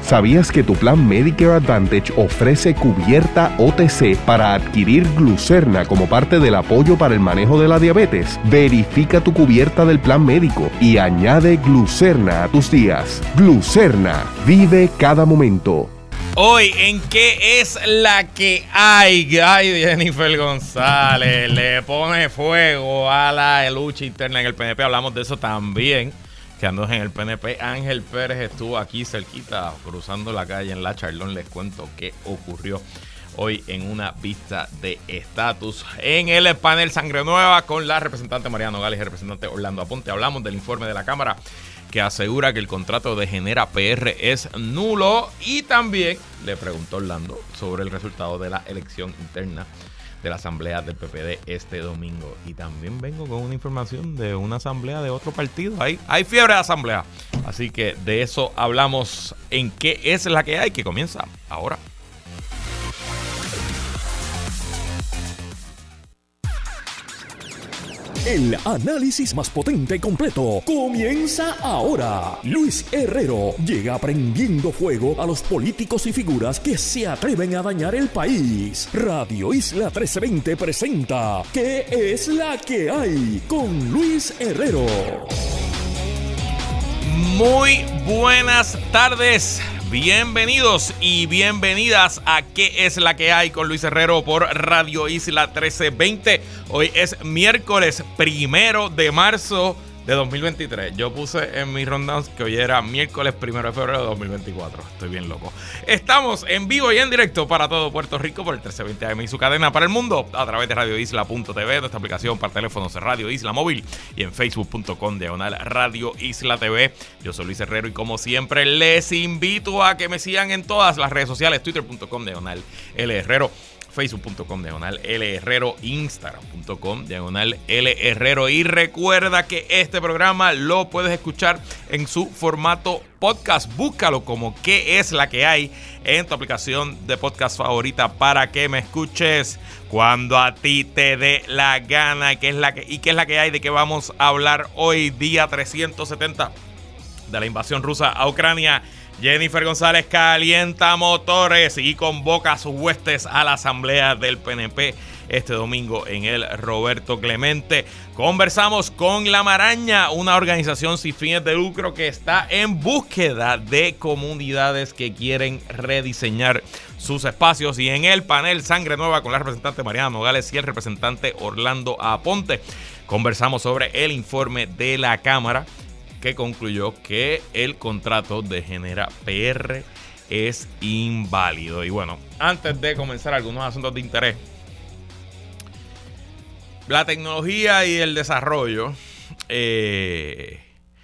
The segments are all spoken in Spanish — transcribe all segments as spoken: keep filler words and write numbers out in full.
¿Sabías que tu plan Medicare Advantage ofrece cubierta O T C para adquirir Glucerna como parte del apoyo para el manejo de la diabetes? Verifica tu cubierta del plan médico y añade Glucerna a tus días. Glucerna, vive cada momento. Hoy, ¿en qué es la que hay? Ay, Jennifer González le pone fuego a la lucha interna en el P N P. Hablamos de eso también, que ando en el P N P. Ángel Pérez estuvo aquí cerquita, cruzando la calle en La Charlón. Les cuento qué ocurrió hoy en una vista de estatus en el panel Sangre Nueva con la representante Mariana Nogales y el representante Orlando Aponte. Hablamos del informe de la Cámara que asegura que el contrato de Genera P R es nulo, y también le preguntó Orlando sobre el resultado de la elección interna de la asamblea del P P D este domingo. Y también vengo con una información de una asamblea de otro partido. Hay, hay fiebre de asamblea, así que de eso hablamos en qué es la que hay, que comienza ahora. El análisis más potente y completo comienza ahora. Luis Herrero llega prendiendo fuego a los políticos y figuras que se atreven a dañar el país. Radio Isla trece veinte presenta ¿Qué es la que hay? Con Luis Herrero. Muy buenas tardes. Bienvenidos y bienvenidas a ¿Qué es la que hay? Con Luis Herrero por Radio Isla trece veinte. Hoy es miércoles primero de marzo de dos mil veintitrés. Yo puse en mis rundowns que hoy era miércoles primero de febrero de dos mil veinticuatro. Estoy bien loco. Estamos en vivo y en directo para todo Puerto Rico por el trece veinte A M y su cadena para el mundo a través de radio isla punto t v, nuestra aplicación para teléfonos Radio Isla Móvil, y en facebook punto com diagonal Radio Isla T V. Yo soy Luis Herrero y como siempre les invito a que me sigan en todas las redes sociales: twitter punto com diagonal L Herrero, facebook punto com diagonal L Herrero, instagram punto com diagonal L Herrero. Y recuerda que este programa lo puedes escuchar en su formato podcast. Búscalo como ¿Qué es la que hay? En tu aplicación de podcast favorita para que me escuches cuando a ti te dé la gana. ¿Qué es la que, y qué es la que hay? ¿De qué vamos a hablar hoy, día trescientos setenta de la invasión rusa a Ucrania? Jennifer González calienta motores y convoca a sus huestes a la asamblea del P N P este domingo en el Roberto Clemente. Conversamos con La Maraña, una organización sin fines de lucro que está en búsqueda de comunidades que quieren rediseñar sus espacios. Y en el panel Sangre Nueva con la representante Mariana Nogales y el representante Orlando Aponte, conversamos sobre el informe de la Cámara que concluyó que el contrato de Genera P R es inválido. Y bueno, antes de comenzar algunos asuntos de interés, la tecnología y el desarrollo eh,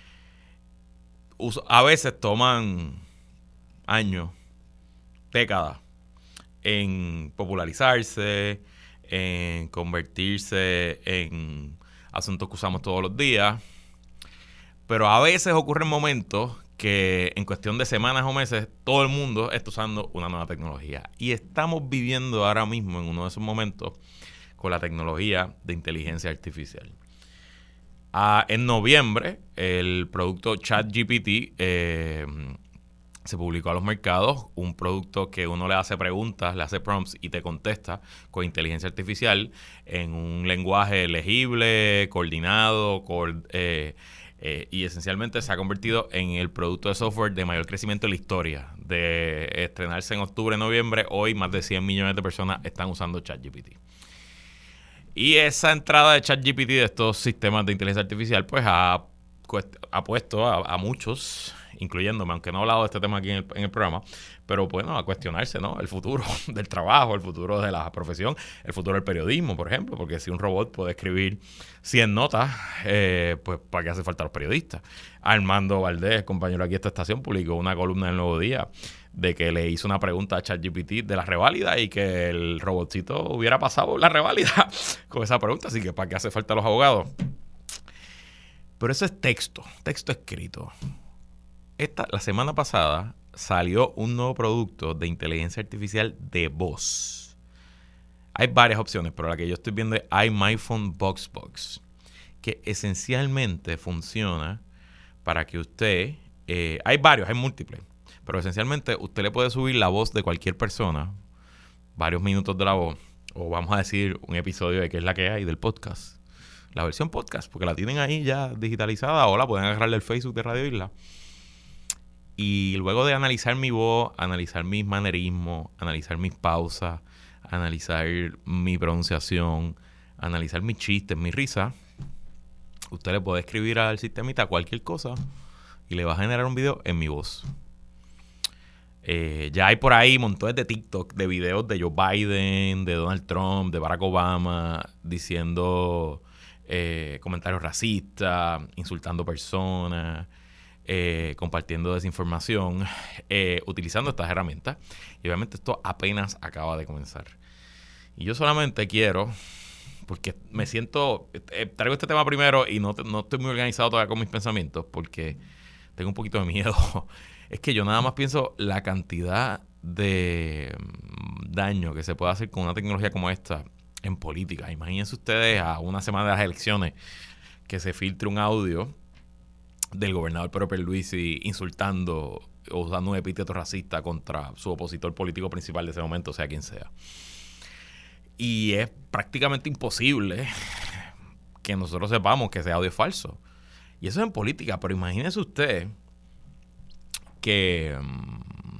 a veces toman años, décadas en popularizarse, en convertirse en asuntos que usamos todos los días. Pero a veces ocurren momentos que en cuestión de semanas o meses todo el mundo está usando una nueva tecnología. Y estamos viviendo ahora mismo en uno de esos momentos con la tecnología de inteligencia artificial. Ah, en noviembre, el producto ChatGPT eh, se publicó a los mercados, un producto que uno le hace preguntas, le hace prompts y te contesta con inteligencia artificial en un lenguaje legible, coordinado, co- eh, Eh, y esencialmente se ha convertido en el producto de software de mayor crecimiento en la historia. De estrenarse en octubre, noviembre, hoy más de cien millones de personas están usando ChatGPT. Y esa entrada de ChatGPT, de estos sistemas de inteligencia artificial, pues ha, ha puesto a, a muchos, incluyéndome, aunque no he hablado de este tema aquí en el, en el programa, pero bueno, a cuestionarse, ¿no? El futuro del trabajo, el futuro de la profesión, el futuro del periodismo, por ejemplo, porque si un robot puede escribir cien notas, eh, pues ¿para qué hace falta los periodistas? Armando Valdés, compañero aquí de esta estación, publicó una columna en El Nuevo Día de que le hizo una pregunta a ChatGPT de la reválida y que el robotcito hubiera pasado la reválida con esa pregunta, así que ¿para qué hace falta los abogados? Pero eso es texto, texto escrito. Esta, la semana pasada salió un nuevo producto de inteligencia artificial de voz. Hay varias opciones, pero la que yo estoy viendo es iMyphone VoxBox, que esencialmente funciona para que usted... Eh, hay varios, hay múltiples, Pero esencialmente usted le puede subir la voz de cualquier persona, varios minutos de la voz, o vamos a decir un episodio de qué es la que hay del podcast. La versión podcast, porque la tienen ahí ya digitalizada o la pueden agarrar del Facebook de Radio Isla. Y luego de analizar mi voz, analizar mis manerismos, analizar mis pausas, analizar mi pronunciación, analizar mis chistes, mis risas, usted le puede escribir al sistemita cualquier cosa y le va a generar un video en mi voz. Eh, ya hay por ahí montones de TikTok, de videos de Joe Biden, de Donald Trump, de Barack Obama, diciendo eh, comentarios racistas, insultando personas, eh, compartiendo desinformación, eh, utilizando estas herramientas. Y obviamente esto apenas acaba de comenzar. Y yo solamente quiero, porque me siento, eh, traigo este tema primero y no, no estoy muy organizado todavía con mis pensamientos, porque tengo un poquito de miedo. Es que yo nada más pienso la cantidad de daño que se puede hacer con una tecnología como esta en política. Imagínense ustedes a una semana de las elecciones que se filtre un audio del gobernador Pedro Pierluisi insultando o usando un epíteto racista contra su opositor político principal de ese momento, sea quien sea. Y es prácticamente imposible que nosotros sepamos que ese audio es falso. Y eso es en política, pero imagínese usted que um,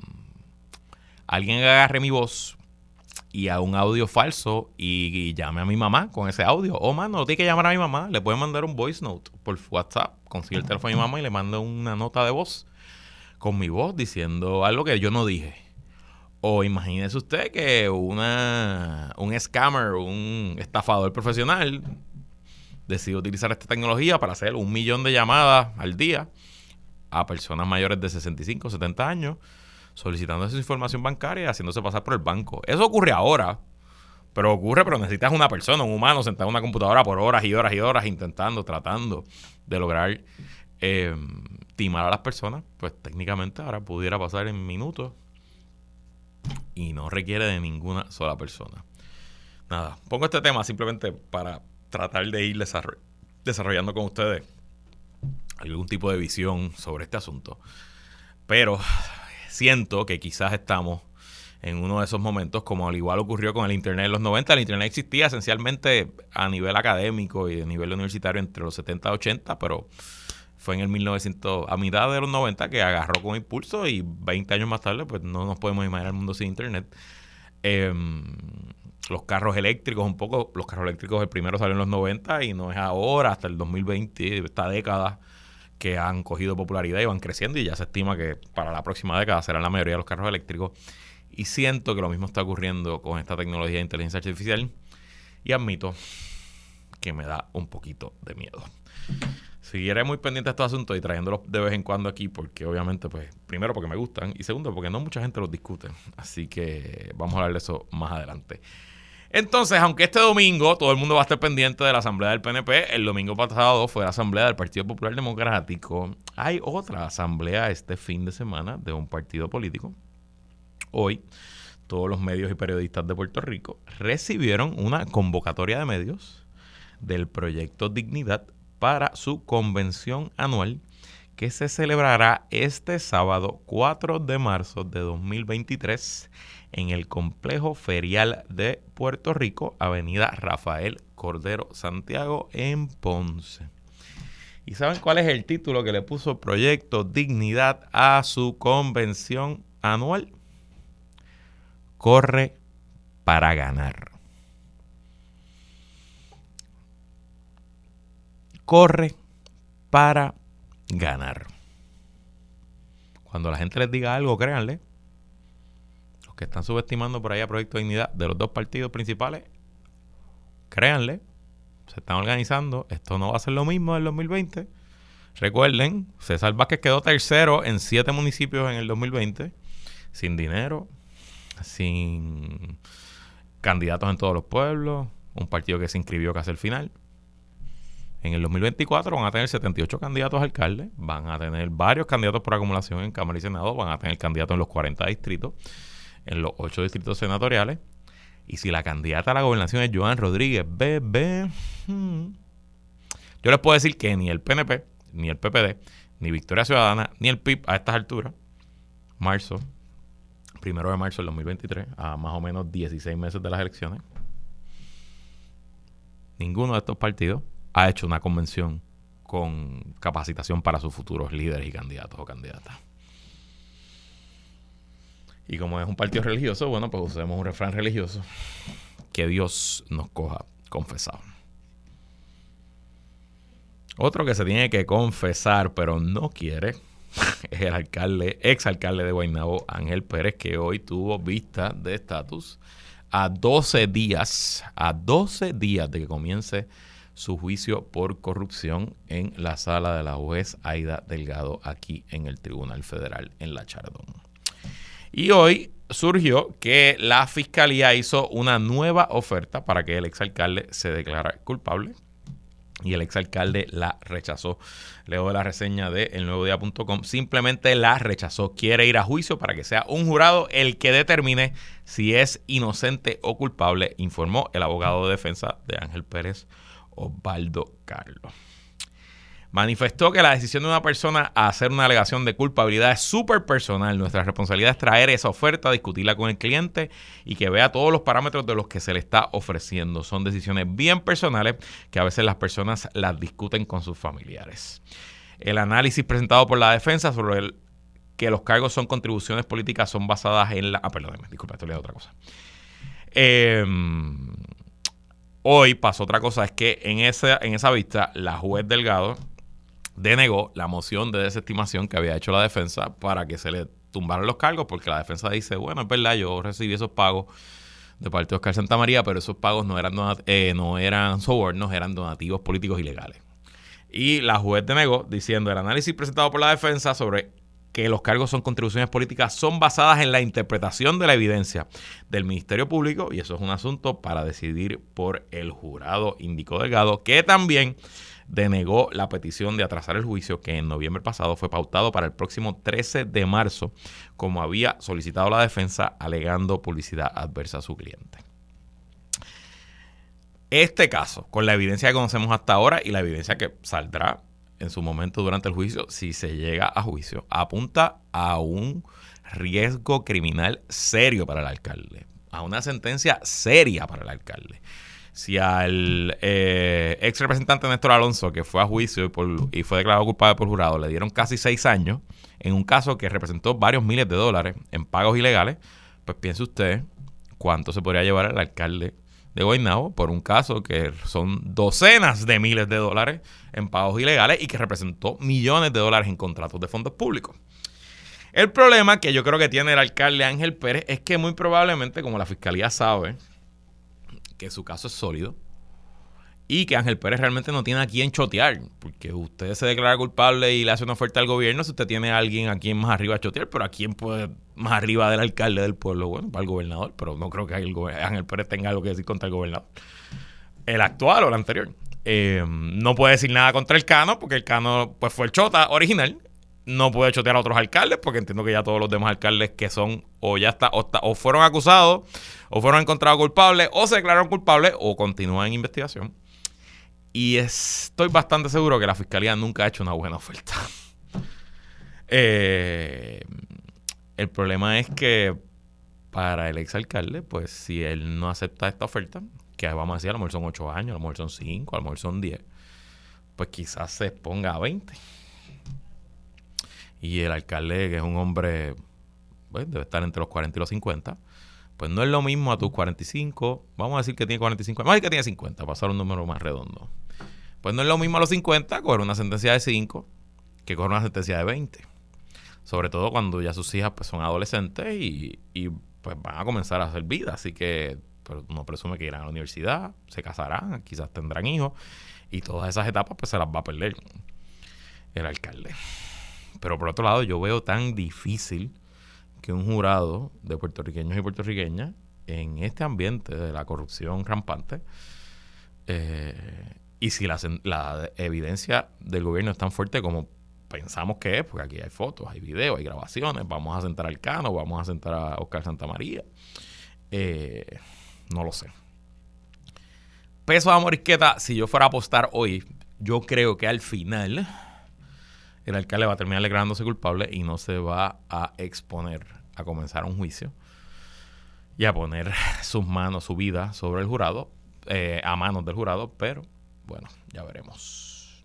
alguien agarre mi voz y haga un audio falso y, y llame a mi mamá con ese audio. Oh, mano, no tiene que llamar a mi mamá. Le puede mandar un voice note por WhatsApp. Consigue el teléfono de mi mamá y le manda una nota de voz con mi voz diciendo algo que yo no dije. O imagínese usted que una un scammer, un estafador profesional decide utilizar esta tecnología para hacer un millón de llamadas al día a personas mayores de sesenta y cinco, setenta años, solicitando su información bancaria y haciéndose pasar por el banco. Eso ocurre ahora, pero ocurre, pero necesitas una persona, un humano, sentado en una computadora por horas y horas y horas, intentando, tratando de lograr eh, timar a las personas. Pues técnicamente ahora pudiera pasar en minutos y no requiere de ninguna sola persona. Nada, pongo este tema simplemente para tratar de ir desarroll- desarrollando con ustedes algún tipo de visión sobre este asunto. Pero siento que quizás estamos en uno de esos momentos, como al igual ocurrió con el Internet en los noventa. El Internet existía esencialmente a nivel académico y a nivel universitario entre los setenta y ochenta, pero fue en el mil novecientos, a mitad de los noventa, que agarró con impulso y veinte años más tarde, pues no nos podemos imaginar el mundo sin Internet. Eh, los carros eléctricos, un poco, los carros eléctricos, el primero salió en los noventa y no es ahora, hasta el dos mil veinte, esta década, que han cogido popularidad y van creciendo, y ya se estima que para la próxima década serán la mayoría de los carros eléctricos. Y siento que lo mismo está ocurriendo con esta tecnología de inteligencia artificial, y admito que me da un poquito de miedo. Seguiré muy pendiente de estos asuntos y trayéndolos de vez en cuando aquí, porque obviamente, pues, primero porque me gustan y segundo porque no mucha gente los discute. Así que vamos a hablar de eso más adelante. Entonces, aunque este domingo todo el mundo va a estar pendiente de la asamblea del P N P, el domingo pasado fue la asamblea del Partido Popular Democrático. Hay otra asamblea este fin de semana de un partido político. Hoy, todos los medios y periodistas de Puerto Rico recibieron una convocatoria de medios del Proyecto Dignidad para su convención anual, que se celebrará este sábado cuatro de marzo de dos mil veintitrés en el Complejo Ferial de Puerto Rico, Avenida Rafael Cordero Santiago, en Ponce. ¿Y saben cuál es el título que le puso Proyecto Dignidad a su convención anual? Corre para ganar. Corre para ganar. Cuando la gente les diga algo, créanle. Los que están subestimando por ahí a Proyecto Dignidad de los dos partidos principales, créanle. Se están organizando. Esto no va a ser lo mismo del dos mil veinte. Recuerden, César Vázquez quedó tercero en siete municipios en el dos mil veinte. Sin dinero, sin candidatos en todos los pueblos. Un partido que se inscribió casi al final. En el dos mil veinticuatro van a tener setenta y ocho candidatos a alcaldes, van a tener varios candidatos por acumulación en Cámara y Senado, van a tener candidatos en los cuarenta distritos, en los ocho distritos senatoriales. Y si la candidata a la gobernación es Joan Rodríguez, bebé, hmm, yo les puedo decir que ni el P N P, ni el P P D, ni Victoria Ciudadana, ni el P I B a estas alturas marzo, primero de marzo del dos mil veintitrés, a más o menos dieciséis meses de las elecciones, ninguno de estos partidos ha hecho una convención con capacitación para sus futuros líderes y candidatos o candidatas. Y como es un partido religioso, bueno, pues usemos un refrán religioso: que Dios nos coja confesado. Otro que se tiene que confesar, pero no quiere, es el alcalde, exalcalde de Guaynabo, Ángel Pérez, que hoy tuvo vista de estatus a doce días, a doce días de que comience su juicio por corrupción en la sala de la juez Aida Delgado, aquí en el Tribunal Federal en La Chardón. Y hoy surgió que la Fiscalía hizo una nueva oferta para que el exalcalde se declarara culpable, y el exalcalde la rechazó. Leo de la reseña de el nuevo día punto com. Simplemente la rechazó. Quiere ir a juicio para que sea un jurado el que determine si es inocente o culpable, informó el abogado de defensa de Ángel Pérez, Osvaldo Carlos. Manifestó que la decisión de una persona a hacer una alegación de culpabilidad es súper personal. Nuestra responsabilidad es traer esa oferta, discutirla con el cliente y que vea todos los parámetros de los que se le está ofreciendo. Son decisiones bien personales que a veces las personas las discuten con sus familiares. El análisis presentado por la defensa sobre el, que los cargos son contribuciones políticas son basadas en la... Ah, perdóneme, disculpa, esto le da otra cosa. Eh... Hoy pasó otra cosa, es que en esa, en esa vista la juez Delgado denegó la moción de desestimación que había hecho la defensa para que se le tumbaran los cargos, porque la defensa dice, bueno, es verdad, yo recibí esos pagos de parte de Oscar Santamaría, pero esos pagos no eran, donat- eh, no eran sobornos, eran donativos políticos ilegales. Y la juez denegó diciendo, el análisis presentado por la defensa sobre que los cargos son contribuciones políticas son basadas en la interpretación de la evidencia del Ministerio Público, y eso es un asunto para decidir por el jurado, indicó Delgado, que también denegó la petición de atrasar el juicio que en noviembre pasado fue pautado para el próximo trece de marzo, como había solicitado la defensa, alegando publicidad adversa a su cliente. Este caso, con la evidencia que conocemos hasta ahora y la evidencia que saldrá en su momento durante el juicio, si se llega a juicio, apunta a un riesgo criminal serio para el alcalde, a una sentencia seria para el alcalde. Si al eh, ex representante Néstor Alonso, que fue a juicio y, por, y fue declarado culpable por jurado, le dieron casi seis años en un caso que representó varios miles de dólares en pagos ilegales, pues piense usted cuánto se podría llevar el alcalde de Guaynabo por un caso que son docenas de miles de dólares en pagos ilegales y que representó millones de dólares en contratos de fondos públicos. El problema que yo creo que tiene el alcalde Ángel Pérez es que muy probablemente, como la fiscalía sabe que su caso es sólido y que Ángel Pérez realmente no tiene a quién chotear, porque usted se declara culpable y le hace una oferta al gobierno si usted tiene a alguien a quien más arriba chotear, pero a quién puede más arriba del alcalde del pueblo, bueno, para el gobernador, pero no creo que el go- Ángel Pérez tenga algo que decir contra el gobernador, el actual o el anterior. Eh, no puede decir nada contra el Cano, porque el Cano pues fue el chota original. No puede chotear a otros alcaldes, porque entiendo que ya todos los demás alcaldes que son o ya está o, está, o fueron acusados, o fueron encontrados culpables, o se declararon culpables, o continúan en investigación. Y estoy bastante seguro que la fiscalía nunca ha hecho una buena oferta. eh, el problema es que para el exalcalde, pues si él no acepta esta oferta, que vamos a decir, a lo mejor son ocho años, a lo mejor son cinco, a lo mejor son diez, pues quizás se exponga a veinte. Y el alcalde, que es un hombre, pues, debe estar entre los cuarenta y los cincuenta, pues no es lo mismo a tus cuarenta y cinco, vamos a decir que tiene cuarenta y cinco, vamos a decir que tiene cincuenta, para pasar un número más redondo. Pues no es lo mismo a los cincuenta coger una sentencia de cinco que coger una sentencia de veinte. Sobre todo cuando ya sus hijas pues son adolescentes y, y pues van a comenzar a hacer vida. Así que pues, uno presume que irán a la universidad, se casarán, quizás tendrán hijos, y todas esas etapas pues se las va a perder el alcalde. Pero por otro lado, yo veo tan difícil que un jurado de puertorriqueños y puertorriqueñas en este ambiente de la corrupción rampante, eh, y si la, la evidencia del gobierno es tan fuerte como pensamos que es, porque aquí hay fotos, hay videos, hay grabaciones, vamos a sentar al Cano, vamos a sentar a Oscar Santamaría, eh, no lo sé. Peso a Morisqueta, si yo fuera a apostar hoy, yo creo que al final el alcalde va a terminar declarándose culpable y no se va a exponer a comenzar un juicio y a poner sus manos, su vida sobre el jurado, eh, a manos del jurado, pero bueno, ya veremos.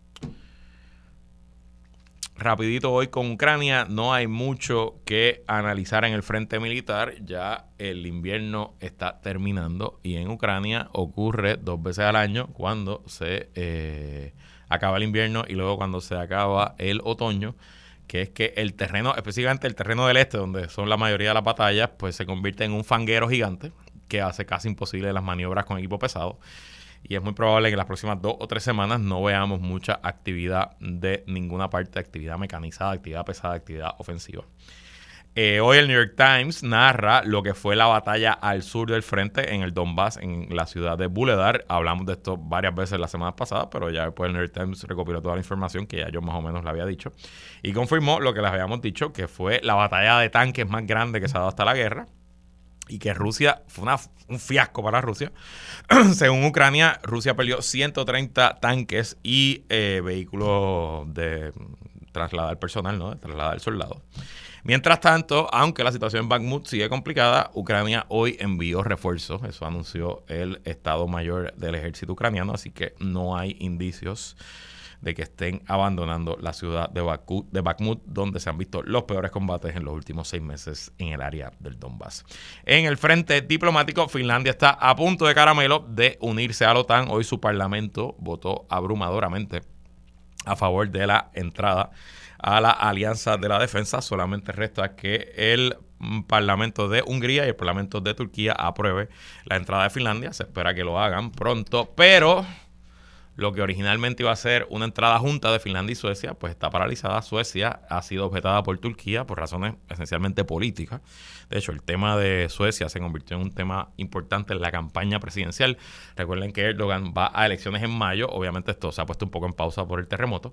Rapidito hoy con Ucrania, no hay mucho que analizar en el frente militar, ya el invierno está terminando y en Ucrania ocurre dos veces al año cuando se eh, acaba el invierno y luego cuando se acaba el otoño, que es que el terreno, específicamente el terreno del este, donde son la mayoría de las batallas, pues se convierte en un fanguero gigante que hace casi imposible las maniobras con equipo pesado. Y es muy probable que en las próximas dos o tres semanas no veamos mucha actividad de ninguna parte, actividad mecanizada, actividad pesada, actividad ofensiva. Eh, hoy el New York Times narra lo que fue la batalla al sur del frente en el Donbass, en la ciudad de Vuhledar. Hablamos de esto varias veces la semana pasada, pero ya después el New York Times recopiló toda la información que ya yo más o menos le había dicho. Y confirmó lo que les habíamos dicho, que fue la batalla de tanques más grande que se ha dado hasta la guerra. Y que Rusia fue una, un fiasco para Rusia. Según Ucrania, Rusia perdió ciento treinta tanques y eh, vehículos de trasladar personal, ¿no? De trasladar soldados. Mientras tanto, aunque la situación en Bakhmut sigue complicada, Ucrania hoy envió refuerzos. Eso anunció el Estado Mayor del Ejército Ucraniano. Así que no hay indicios de que estén abandonando la ciudad de Bakhmut, de Bakhmut, donde se han visto los peores combates en los últimos seis meses en el área del Donbass. En el frente diplomático, Finlandia está a punto de caramelo de unirse a la OTAN. Hoy su parlamento votó abrumadoramente a favor de la entrada a la Alianza de la Defensa. Solamente resta que el Parlamento de Hungría y el Parlamento de Turquía apruebe la entrada de Finlandia. Se espera que lo hagan pronto, pero lo que originalmente iba a ser una entrada junta de Finlandia y Suecia, pues está paralizada. Suecia ha sido objetada por Turquía por razones esencialmente políticas. De hecho, el tema de Suecia se convirtió en un tema importante en la campaña presidencial. Recuerden que Erdogan va a elecciones en mayo. Obviamente esto se ha puesto un poco en pausa por el terremoto.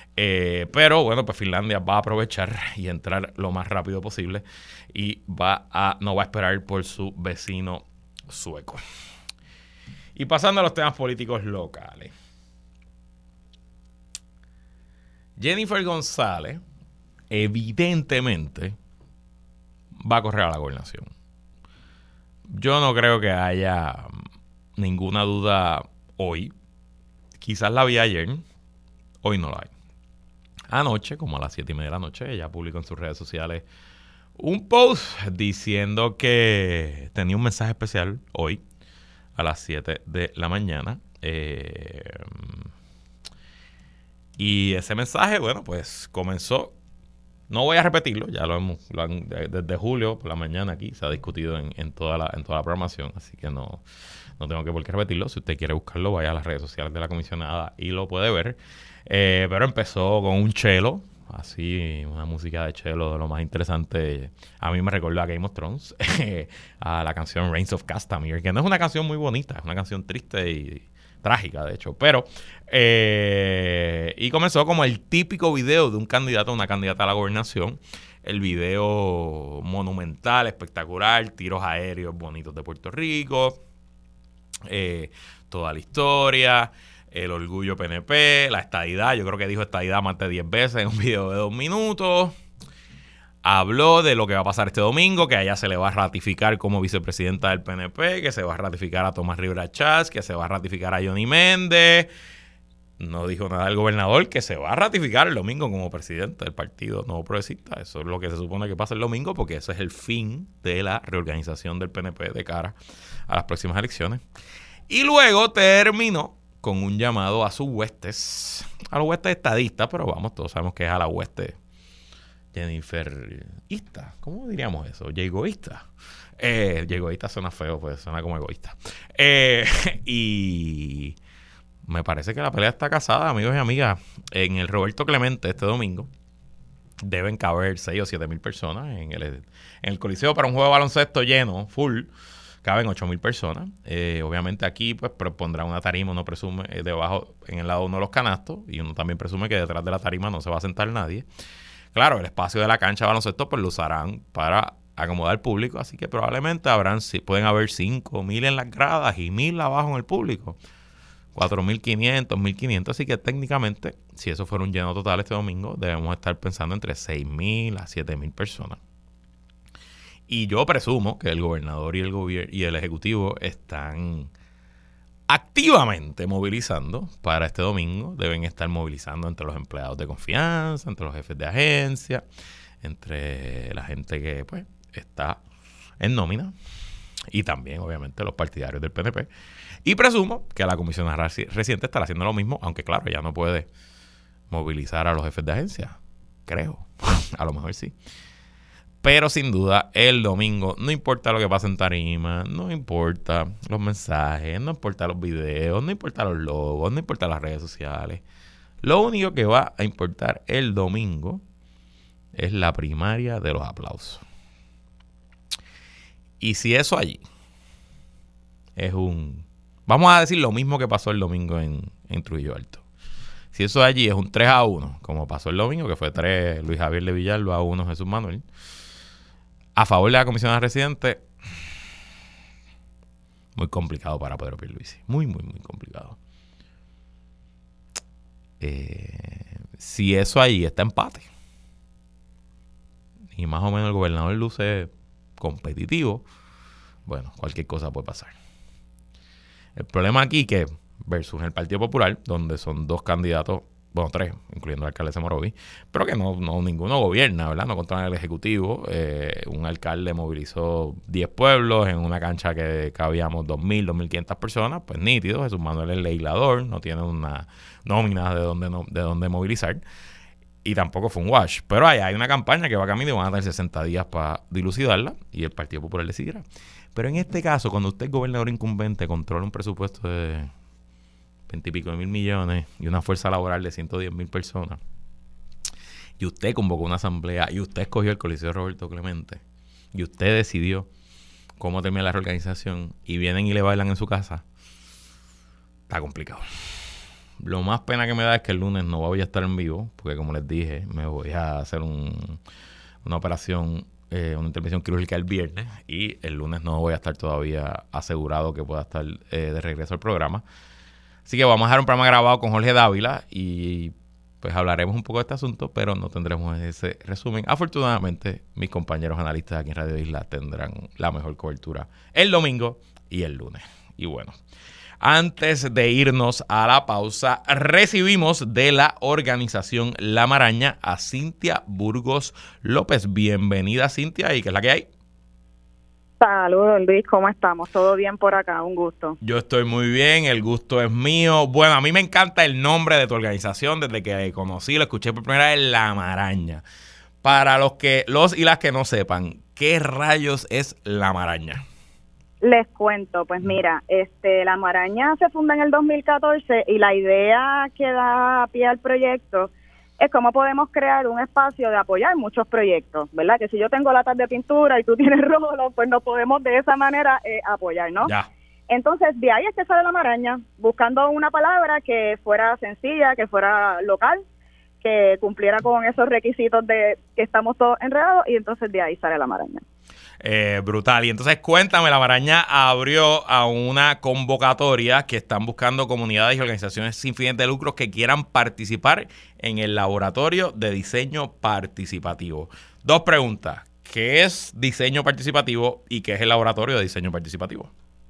Eh, pero bueno, pues Finlandia va a aprovechar y entrar lo más rápido posible y va a no va a esperar por su vecino sueco. Y pasando a los temas políticos locales. Jennifer González evidentemente va a correr a la gobernación. Yo no creo que haya ninguna duda hoy. Quizás la vi ayer, hoy no la hay. Anoche, como a las siete y media de la noche, ella publicó en sus redes sociales un post diciendo que tenía un mensaje especial hoy a las siete de la mañana. Eh... Y ese mensaje, bueno, pues comenzó. No voy a repetirlo, ya lo hemos, lo han, desde julio por la mañana aquí se ha discutido en, en, toda la, en toda la programación, así que no, no tengo que por qué repetirlo. Si usted quiere buscarlo, vaya a las redes sociales de la comisionada y lo puede ver. Eh, pero empezó con un cello, así, una música de cello de lo más interesante. A mí me recordó a Game of Thrones, a la canción Reigns of Castamere, que no es una canción muy bonita, es una canción triste y trágica, de hecho, pero eh, y comenzó como el típico video de un candidato o una candidata a la gobernación, el video monumental, espectacular, tiros aéreos bonitos de Puerto Rico, eh, toda la historia, el orgullo P N P, la estadidad. Yo creo que dijo estadidad más de diez veces en un video de dos minutos. Habló de lo que va a pasar este domingo, que a ella se le va a ratificar como vicepresidenta del P N P, que se va a ratificar a Tomás Rivera Chats, que se va a ratificar a Johnny Méndez. No dijo nada del gobernador, que se va a ratificar el domingo como presidente del Partido Nuevo Progresista. Eso es lo que se supone que pasa el domingo, porque eso es el fin de la reorganización del P N P de cara a las próximas elecciones. Y luego terminó con un llamado a sus huestes, a los huestes estadistas, pero vamos, todos sabemos que es a la hueste Jenniferista, ¿cómo diríamos eso? Yegoísta. Eh, Yegoísta suena feo, pues suena como egoísta. Eh, y me parece que la pelea está casada, amigos y amigas. En el Roberto Clemente este domingo deben caber seis o siete mil personas en el, en el Coliseo para un juego de baloncesto lleno, full. Caben ocho mil personas. Eh, obviamente aquí pues pondrá una tarima, uno presume, eh, debajo, en el lado de uno de los canastos, y uno también presume que detrás de la tarima no se va a sentar nadie. Claro, el espacio de la cancha de baloncesto pues lo usarán para acomodar público, así que probablemente habrán, pueden haber cinco mil en las gradas y mil abajo en el público. cuatro mil quinientos, mil quinientos, así que técnicamente, si eso fuera un lleno total este domingo, debemos estar pensando entre seis mil a siete mil personas. Y yo presumo que el gobernador y el gobier- y el ejecutivo están activamente movilizando para este domingo. Deben estar movilizando entre los empleados de confianza, entre los jefes de agencia, entre la gente que pues está en nómina y también obviamente los partidarios del P N P. Y presumo que la comisionada reciente estará haciendo lo mismo, aunque claro, ya no puede movilizar a los jefes de agencia. Creo. A lo mejor sí. Pero sin duda, el domingo, no importa lo que pase en tarima, no importa los mensajes, no importa los videos, no importa los logos, no importa las redes sociales. Lo único que va a importar el domingo es la primaria de los aplausos. Y si eso allí es un... Vamos a decir lo mismo que pasó el domingo en, en Trujillo Alto. Si eso allí es un tres a uno, como pasó el domingo, que fue tres Luis Javier de Villalba a uno Jesús Manuel, a favor de la comisionada residente, muy complicado para Pedro Pierluisi. Muy, muy, muy complicado. Eh, si eso ahí está empate, y más o menos el gobernador luce competitivo, bueno, cualquier cosa puede pasar. El problema aquí que versus el Partido Popular, donde son dos candidatos, bueno, tres, incluyendo el alcalde Morovi, pero que no, no ninguno gobierna, ¿verdad? No controla el Ejecutivo. Eh, un alcalde movilizó diez pueblos en una cancha que cabíamos dos mil, dos mil quinientas personas, pues nítido. Jesús Manuel es legislador, no tiene una nómina de donde, no, de donde movilizar. Y tampoco fue un wash. Pero hay, hay una campaña que va camino y van a tener sesenta días para dilucidarla y el Partido Popular decidirá. Pero en este caso, cuando usted es gobernador incumbente, controla un presupuesto de veintipico de mil millones y una fuerza laboral de ciento diez mil personas, y usted convocó una asamblea y usted escogió el Coliseo Roberto Clemente y usted decidió cómo termina la reorganización y vienen y le bailan en su casa, está complicado. Lo más pena que me da es que el lunes no voy a estar en vivo, porque como les dije, me voy a hacer un, una operación, eh, una intervención quirúrgica el viernes, y el lunes no voy a estar todavía asegurado que pueda estar eh, de regreso al programa. Así que vamos a dejar un programa grabado con Jorge Dávila y pues hablaremos un poco de este asunto, pero no tendremos ese resumen. Afortunadamente, mis compañeros analistas aquí en Radio Isla tendrán la mejor cobertura el domingo y el lunes. Y bueno, antes de irnos a la pausa, recibimos de la organización La Maraña a Cintia Burgos López. Bienvenida, Cintia, ¿y qué es la que hay? Saludos, Luis, ¿cómo estamos? ¿Todo bien por acá? Un gusto. Yo estoy muy bien, el gusto es mío. Bueno, a mí me encanta el nombre de tu organización desde que conocí, lo escuché por primera vez, La Maraña. Para los que los y las que no sepan, ¿qué rayos es La Maraña? Les cuento, pues mira, este, La Maraña se funda en el dos mil catorce y la idea que da pie al proyecto es cómo podemos crear un espacio de apoyar muchos proyectos, ¿verdad? Que si yo tengo latas de pintura y tú tienes rolos, pues no podemos de esa manera eh, apoyar, ¿no? Ya. Entonces, de ahí es que sale La Maraña, buscando una palabra que fuera sencilla, que fuera local, que cumpliera con esos requisitos de que estamos todos enredados, y entonces de ahí sale La Maraña. Eh, brutal. Y entonces cuéntame, La Maraña abrió a una convocatoria que están buscando comunidades y organizaciones sin fines de lucro que quieran participar en el laboratorio de diseño participativo. Dos preguntas. ¿Qué es diseño participativo y qué es el laboratorio de diseño participativo?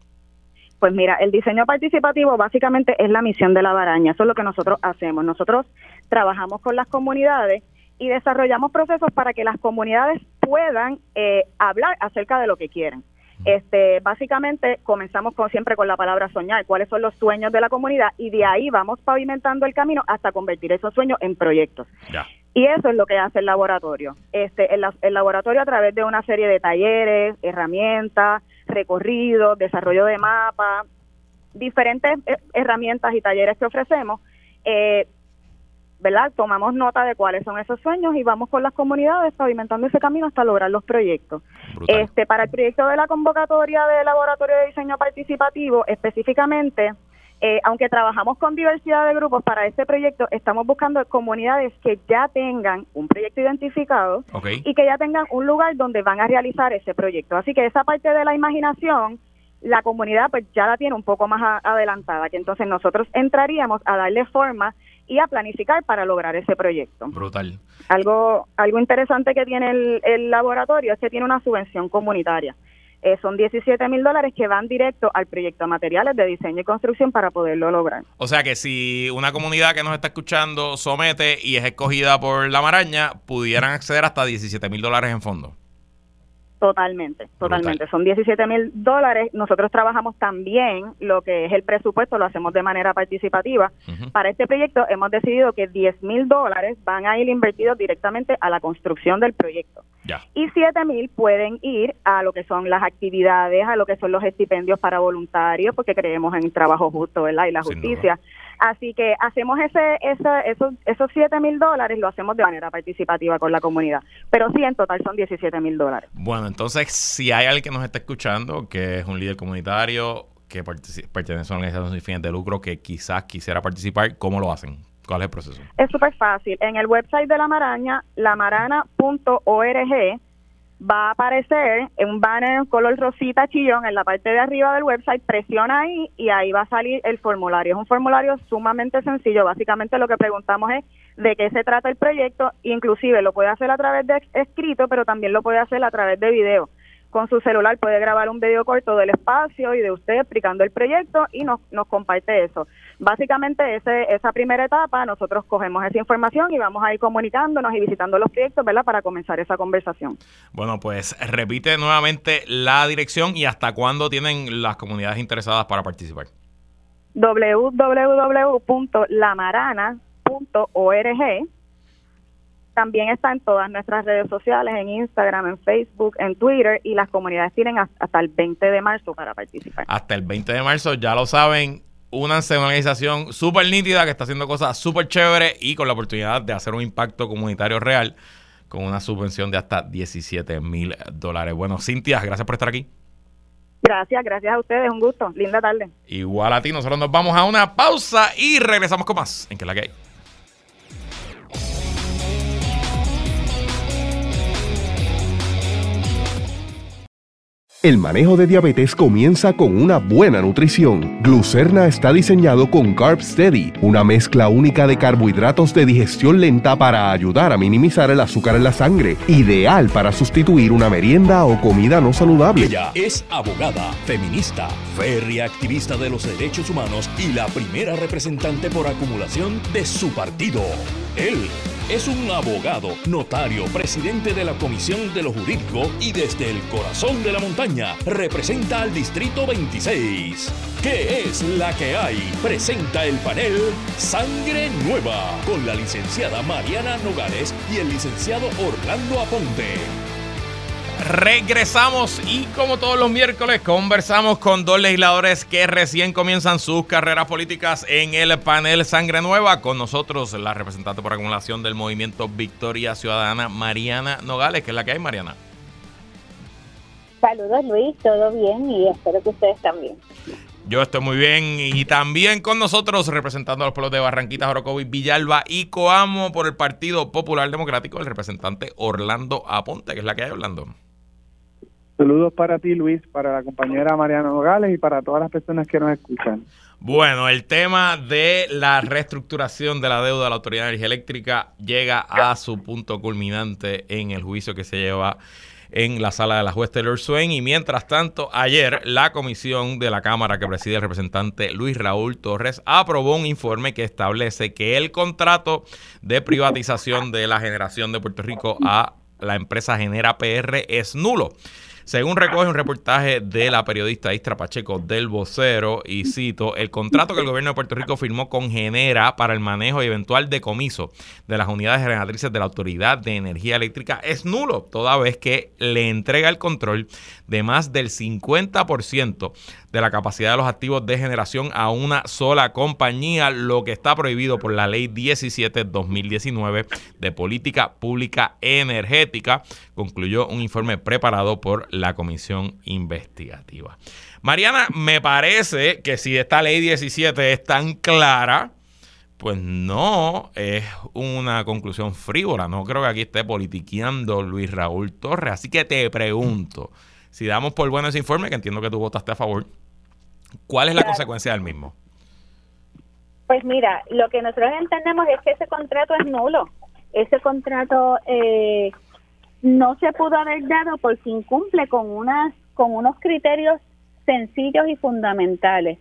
Pues mira, el diseño participativo básicamente es la misión de La Maraña. Eso es lo que nosotros hacemos. Nosotros trabajamos con las comunidades y desarrollamos procesos para que las comunidades puedan eh, hablar acerca de lo que quieren. Este, básicamente comenzamos con, siempre con la palabra soñar, cuáles son los sueños de la comunidad, y de ahí vamos pavimentando el camino hasta convertir esos sueños en proyectos. Ya. Y eso es lo que hace el laboratorio. Este, el, el laboratorio, a través de una serie de talleres, herramientas, recorridos, desarrollo de mapas, diferentes herramientas y talleres que ofrecemos, eh, ¿verdad? Tomamos nota de cuáles son esos sueños y vamos con las comunidades pavimentando ese camino hasta lograr los proyectos. Brutal. Este, para el proyecto de la convocatoria del Laboratorio de Diseño Participativo, específicamente, eh, aunque trabajamos con diversidad de grupos, para este proyecto estamos buscando comunidades que ya tengan un proyecto identificado, Okay. y que ya tengan un lugar donde van a realizar ese proyecto. Así que esa parte de la imaginación la comunidad pues ya la tiene un poco más a, adelantada, que entonces nosotros entraríamos a darle forma y a planificar para lograr ese proyecto. Brutal. Algo algo interesante que tiene el, el laboratorio es que tiene una subvención comunitaria. Eh, son diecisiete mil dólares que van directo al proyecto de materiales de diseño y construcción para poderlo lograr. O sea que si una comunidad que nos está escuchando somete y es escogida por la Maraña, pudieran acceder hasta diecisiete mil dólares en fondos. Totalmente, totalmente. Brutal. Son diecisiete mil dólares. Nosotros trabajamos también lo que es el presupuesto, lo hacemos de manera participativa. Uh-huh. Para este proyecto hemos decidido que diez mil dólares van a ir invertidos directamente a la construcción del proyecto. Ya. Y siete mil pueden ir a lo que son las actividades, a lo que son los estipendios para voluntarios, porque creemos en el trabajo justo, ¿verdad? Y la justicia. Así que hacemos ese, ese esos, esos siete mil dólares, lo hacemos de manera participativa con la comunidad. Pero sí, en total son diecisiete mil dólares. Bueno, entonces, si hay alguien que nos está escuchando, que es un líder comunitario, que pertenece a una organización sin fines de lucro, que quizás quisiera participar, ¿cómo lo hacen? ¿Cuál es el proceso? Es súper fácil. En el website de La Maraña, la marana punto org, va a aparecer un banner en color rosita chillón en la parte de arriba del website. Presiona ahí y ahí va a salir el formulario. Es un formulario sumamente sencillo. Básicamente lo que preguntamos es de qué se trata el proyecto. Inclusive lo puede hacer a través de escrito, pero también lo puede hacer a través de video. Con su celular puede grabar un video corto del espacio y de usted explicando el proyecto y nos, nos comparte eso. Básicamente ese, esa primera etapa nosotros cogemos esa información y vamos a ir comunicándonos y visitando los proyectos, ¿verdad? Para comenzar esa conversación. Bueno, pues repite nuevamente la dirección y hasta cuándo tienen las comunidades interesadas para participar. doble u doble u doble u punto la marana punto org. También está en todas nuestras redes sociales, en Instagram, en Facebook, en Twitter, y las comunidades tienen hasta el veinte de marzo para participar. Hasta el veinte de marzo, ya lo saben, únanse a una organización súper nítida que está haciendo cosas súper chéveres y con la oportunidad de hacer un impacto comunitario real con una subvención de hasta diecisiete mil dólares. Bueno, Cintia, gracias por estar aquí. Gracias, gracias a ustedes, un gusto. Linda tarde. Igual a ti, nosotros nos vamos a una pausa y regresamos con más en ¿Qué es la que hay? El manejo de diabetes comienza con una buena nutrición. Glucerna está diseñado con Carb Steady, una mezcla única de carbohidratos de digestión lenta para ayudar a minimizar el azúcar en la sangre, ideal para sustituir una merienda o comida no saludable. Ella es abogada, feminista, férrea activista de los derechos humanos y la primera representante por acumulación de su partido. Él es un abogado, notario, presidente de la Comisión de lo Jurídico y desde el corazón de la montaña representa al Distrito veintiséis. ¿Qué es la que hay? Presenta el panel Sangre Nueva con la licenciada Mariana Nogales y el licenciado Orlando Aponte. Regresamos y como todos los miércoles conversamos con dos legisladores que recién comienzan sus carreras políticas en el panel Sangre Nueva. Con nosotros la representante por acumulación del movimiento Victoria Ciudadana, Mariana Nogales. ¿Qué es la que hay, Mariana? Saludos, Luis, todo bien y espero que ustedes también. Yo estoy muy bien y también con nosotros representando a los pueblos de Barranquitas, Orocovis, Villalba y Coamo por el Partido Popular Democrático, el representante Orlando Aponte. ¿Qué es la que hay, Orlando? Saludos para ti, Luis, para la compañera Mariana Nogales y para todas las personas que nos escuchan. Bueno, el tema de la reestructuración de la deuda de la Autoridad de Energía Eléctrica llega a su punto culminante en el juicio que se lleva en la sala de la juez Taylor Swain. Y mientras tanto, ayer la comisión de la Cámara que preside el representante Luis Raúl Torres aprobó un informe que establece que el contrato de privatización de la generación de Puerto Rico a la empresa Genera P R es nulo. Según recoge un reportaje de la periodista Istra Pacheco del Vocero, y cito, el contrato que el gobierno de Puerto Rico firmó con Genera para el manejo y eventual decomiso de las unidades generatrices de la Autoridad de Energía Eléctrica es nulo, toda vez que le entrega el control de más del cincuenta por ciento de la capacidad de los activos de generación a una sola compañía, lo que está prohibido por la Ley diecisiete barra dos mil diecinueve de Política Pública Energética, concluyó un informe preparado por la comisión investigativa. Mariana, me parece que si esta ley diecisiete es tan clara, pues no es una conclusión frívola. No creo que aquí esté politiqueando Luis Raúl Torres. Así que te pregunto, si damos por bueno ese informe, que entiendo que tú votaste a favor, ¿cuál es la claro. consecuencia del mismo? Pues mira, lo que nosotros entendemos es que ese contrato es nulo. Ese contrato eh, no se pudo haber dado porque incumple con unas con unos criterios sencillos y fundamentales.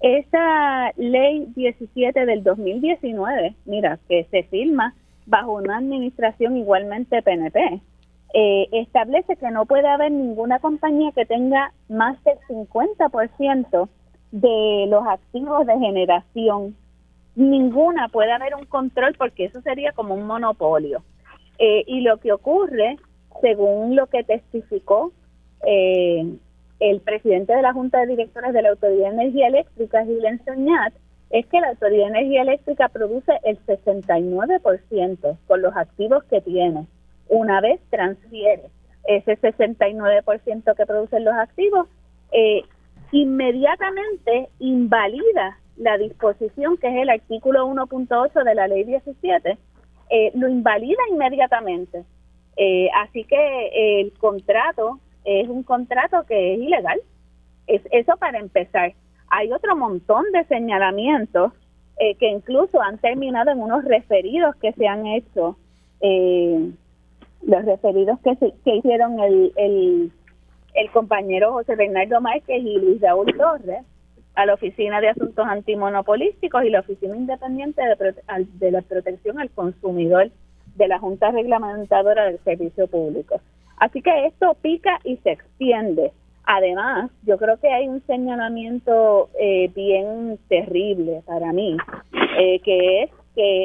Esa ley diecisiete del dos mil diecinueve, mira, que se firma bajo una administración igualmente P N P, eh, establece que no puede haber ninguna compañía que tenga más del cincuenta por ciento de los activos de generación. Ninguna puede haber un control porque eso sería como un monopolio. Eh, y lo que ocurre, según lo que testificó eh, el presidente de la Junta de Directores de la Autoridad de Energía Eléctrica, Gilén Soñat, es que la Autoridad de Energía Eléctrica produce el sesenta y nueve por ciento con los activos que tiene. Una vez transfiere ese sesenta y nueve por ciento que producen los activos, eh, inmediatamente invalida la disposición que es el artículo uno punto ocho de la ley diecisiete, eh, lo invalida inmediatamente. Eh, así que eh, el contrato es un contrato que es ilegal. Es eso para empezar. Hay otro montón de señalamientos eh, que incluso han terminado en unos referidos que se han hecho, eh, los referidos que, se, que hicieron el, el, el compañero José Bernardo Márquez y Luis Raúl Torres a la Oficina de Asuntos Antimonopolísticos y la Oficina Independiente de, Prote- de la Protección al Consumidor de la Junta Reglamentadora del Servicio Público. Así que esto pica y se extiende. Además, yo creo que hay un señalamiento eh, bien terrible para mí, eh, que es que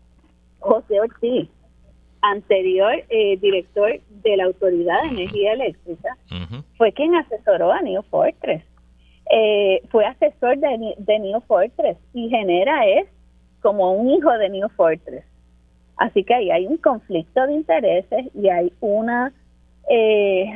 José Ortiz, anterior eh, director de la Autoridad de Energía Eléctrica, uh-huh. fue quien asesoró a New Fortress. Eh, fue asesor de, de New Fortress y Genera es como un hijo de New Fortress. Así que ahí hay un conflicto de intereses y hay una eh,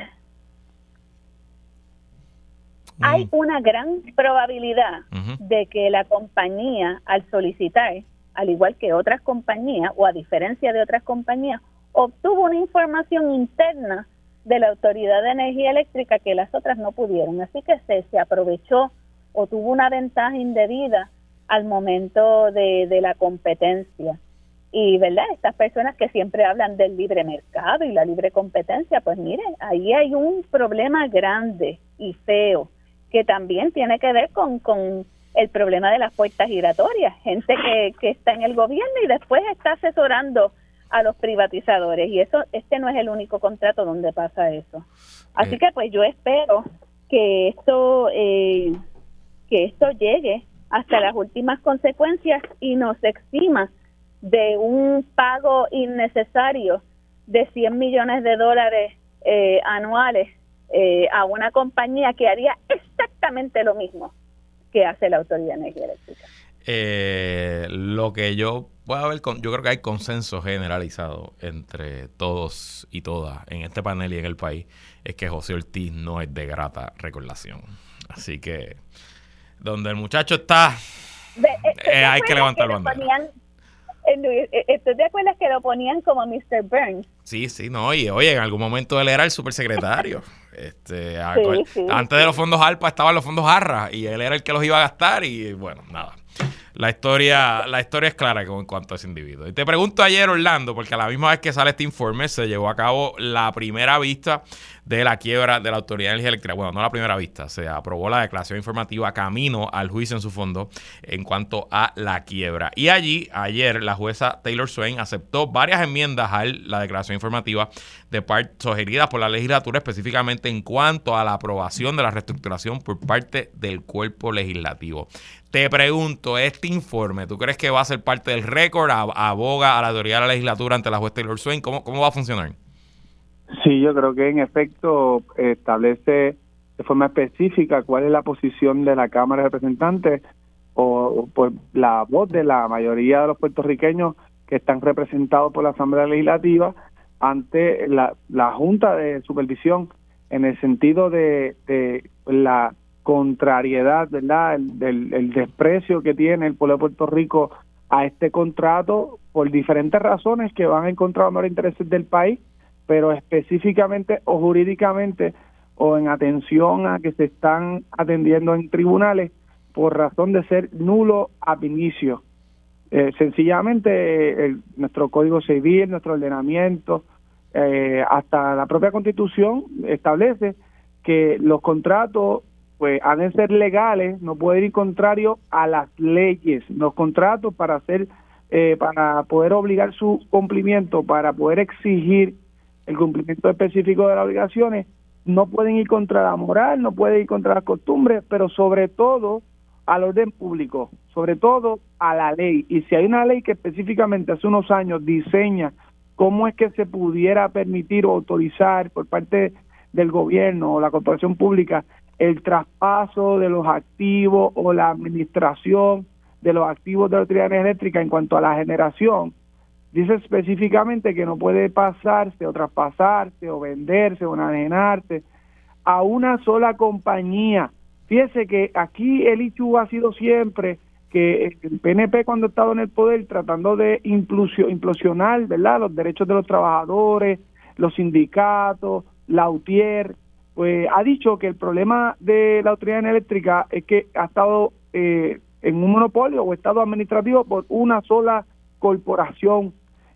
mm. hay una gran probabilidad uh-huh. de que la compañía, al solicitar, al igual que otras compañías o a diferencia de otras compañías, obtuvo una información interna de la Autoridad de Energía Eléctrica que las otras no pudieron. Así que se, se aprovechó o tuvo una ventaja indebida al momento de, de la competencia. Y, ¿verdad? Estas personas que siempre hablan del libre mercado y la libre competencia, pues miren, ahí hay un problema grande y feo que también tiene que ver con, con el problema de las puertas giratorias. Gente que, que está en el gobierno y después está asesorando a los privatizadores, y eso este no es el único contrato donde pasa eso. Así eh. que pues yo espero que esto eh, que esto llegue hasta las últimas consecuencias y nos exima de un pago innecesario de cien millones de dólares eh, anuales eh, a una compañía que haría exactamente lo mismo que hace la Autoridad de Energía Eléctrica. Eh, lo que yo puedo ver, yo creo que hay consenso generalizado entre todos y todas en este panel y en el país, es que José Ortiz no es de grata recordación. Así que donde el muchacho está, de, eh, hay que levantar bandera. ¿Estoy de acuerdo que lo ponían como mister Burns? Sí, sí, no, y oye, en algún momento él era el supersecretario. Este, sí, sí, antes sí. de los fondos ALPA estaban los fondos ARRA y él era el que los iba a gastar y bueno, nada. La historia, la historia es clara en cuanto a ese individuo. Y te pregunto ayer, Orlando, porque a la misma vez que sale este informe se llevó a cabo la primera vista de la quiebra de la Autoridad de Energía Eléctrica. Bueno, no la primera vista, se aprobó la declaración informativa camino al juicio en su fondo en cuanto a la quiebra. Y allí, ayer, la jueza Taylor Swain aceptó varias enmiendas a la declaración informativa de parte sugeridas por la legislatura, específicamente en cuanto a la aprobación de la reestructuración por parte del cuerpo legislativo. Te pregunto, este informe, ¿tú crees que va a ser parte del récord? ¿Aboga a la autoridad de la legislatura ante la jueza Taylor Swain? ¿Cómo, cómo va a funcionar? Sí, yo creo que en efecto establece de forma específica cuál es la posición de la Cámara de Representantes o, o por la voz de la mayoría de los puertorriqueños que están representados por la Asamblea Legislativa ante la, la Junta de Supervisión, en el sentido de, de la contrariedad, ¿verdad? El, el, el desprecio que tiene el pueblo de Puerto Rico a este contrato por diferentes razones que van en contra de los intereses del país, pero específicamente o jurídicamente o en atención a que se están atendiendo en tribunales por razón de ser nulo ab inicio. Eh, sencillamente eh, el, nuestro Código Civil, nuestro ordenamiento, eh, hasta la propia Constitución establece que los contratos pues han de ser legales, no pueden ir contrario a las leyes. Los contratos para hacer, eh, para poder obligar su cumplimiento, para poder exigir el cumplimiento específico de las obligaciones, no pueden ir contra la moral, no pueden ir contra las costumbres, pero sobre todo al orden público, sobre todo a la ley. Y si hay una ley que específicamente hace unos años diseña cómo es que se pudiera permitir o autorizar por parte del gobierno o la corporación pública el traspaso de los activos o la administración de los activos de la Autoridad de Energía Eléctrica en cuanto a la generación, dice específicamente que no puede pasarse o traspasarse o venderse o enajenarse a una sola compañía. Fíjese que aquí el issue ha sido siempre que el P N P, cuando ha estado en el poder tratando de implosionar, ¿verdad?, los derechos de los trabajadores, los sindicatos, la U T I E R, pues ha dicho que el problema de la Autoridad Eléctrica es que ha estado eh, en un monopolio o estado administrativo por una sola corporación,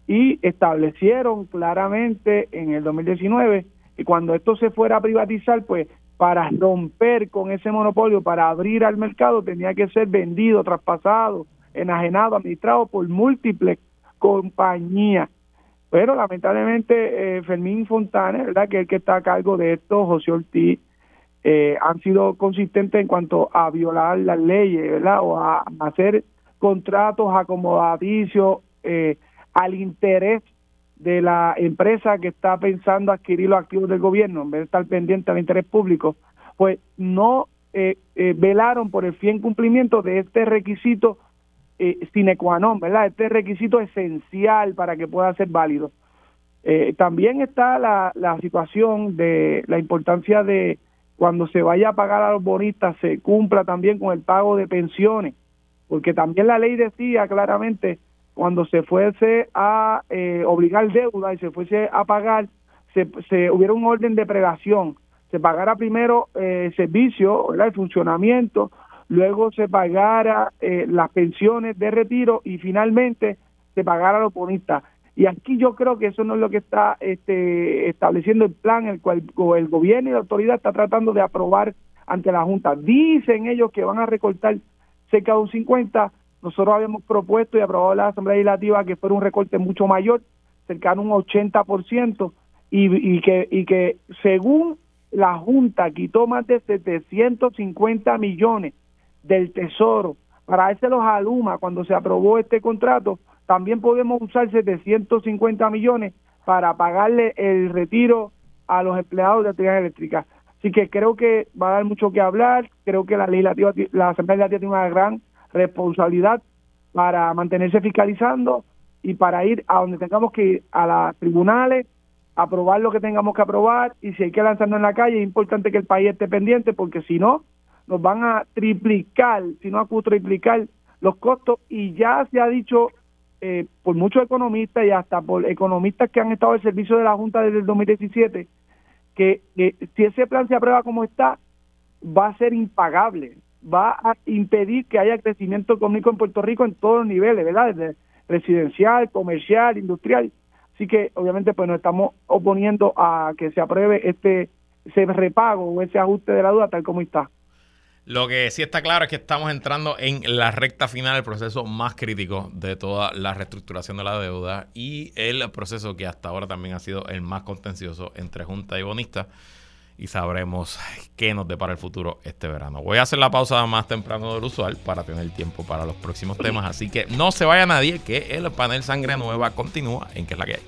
y establecieron claramente en el dos mil diecinueve que cuando esto se fuera a privatizar, pues para romper con ese monopolio, para abrir al mercado, tenía que ser vendido, traspasado, enajenado, administrado por múltiples compañías. Pero lamentablemente eh, Fermín Fontanes, ¿verdad?, que es el que está a cargo de esto, José Ortiz, eh, han sido consistentes en cuanto a violar las leyes, ¿verdad?, o a, a hacer contratos acomodadicios eh, al interés de la empresa que está pensando adquirir los activos del gobierno, en vez de estar pendiente al interés público, pues no eh, eh, velaron por el fiel cumplimiento de este requisito eh, sine qua non, ¿verdad?, este requisito esencial para que pueda ser válido. Eh, también está la, la situación de la importancia de cuando se vaya a pagar a los bonistas, se cumpla también con el pago de pensiones, porque también la ley decía claramente cuando se fuese a eh, obligar deuda y se fuese a pagar, se, se hubiera un orden de prelación, se pagara primero eh, servicio, ¿verdad?, el funcionamiento, luego se pagara eh, las pensiones de retiro y finalmente se pagara a los bonistas. Y aquí yo creo que eso no es lo que está este, estableciendo el plan, el cual el gobierno y la autoridad está tratando de aprobar ante la Junta. Dicen ellos que van a recortar cerca de un cincuenta. Nosotros habíamos propuesto y aprobado en la Asamblea Legislativa que fuera un recorte mucho mayor, cercano a un ochenta por ciento, y, y, que, y que según la Junta quitó más de setecientos cincuenta millones del Tesoro para dárselos a Luma cuando se aprobó este contrato, también podemos usar setecientos cincuenta millones para pagarle el retiro a los empleados de la Autoridad Eléctrica. Así que creo que va a dar mucho que hablar, creo que la legislativa, la Asamblea Legislativa tiene una gran responsabilidad para mantenerse fiscalizando y para ir a donde tengamos que ir, a los tribunales, aprobar lo que tengamos que aprobar, y si hay que lanzarnos en la calle, es importante que el país esté pendiente, porque si no, nos van a triplicar, si no a cuatriplicar los costos, y ya se ha dicho eh, por muchos economistas y hasta por economistas que han estado al servicio de la Junta desde el dos mil diecisiete, que, que si ese plan se aprueba como está, va a ser impagable, va a impedir que haya crecimiento económico en Puerto Rico en todos los niveles, ¿verdad?, desde residencial, comercial, industrial. Así que obviamente pues nos estamos oponiendo a que se apruebe este ese repago o ese ajuste de la deuda tal como está. Lo que sí está claro es que estamos entrando en la recta final, el proceso más crítico de toda la reestructuración de la deuda y el proceso que hasta ahora también ha sido el más contencioso entre Junta y bonistas, y sabremos qué nos depara el futuro este verano. Voy a hacer la pausa más temprano del usual para tener tiempo para los próximos temas, así que no se vaya nadie, que el panel Sangre Nueva continúa en ¿Qué es la que hay?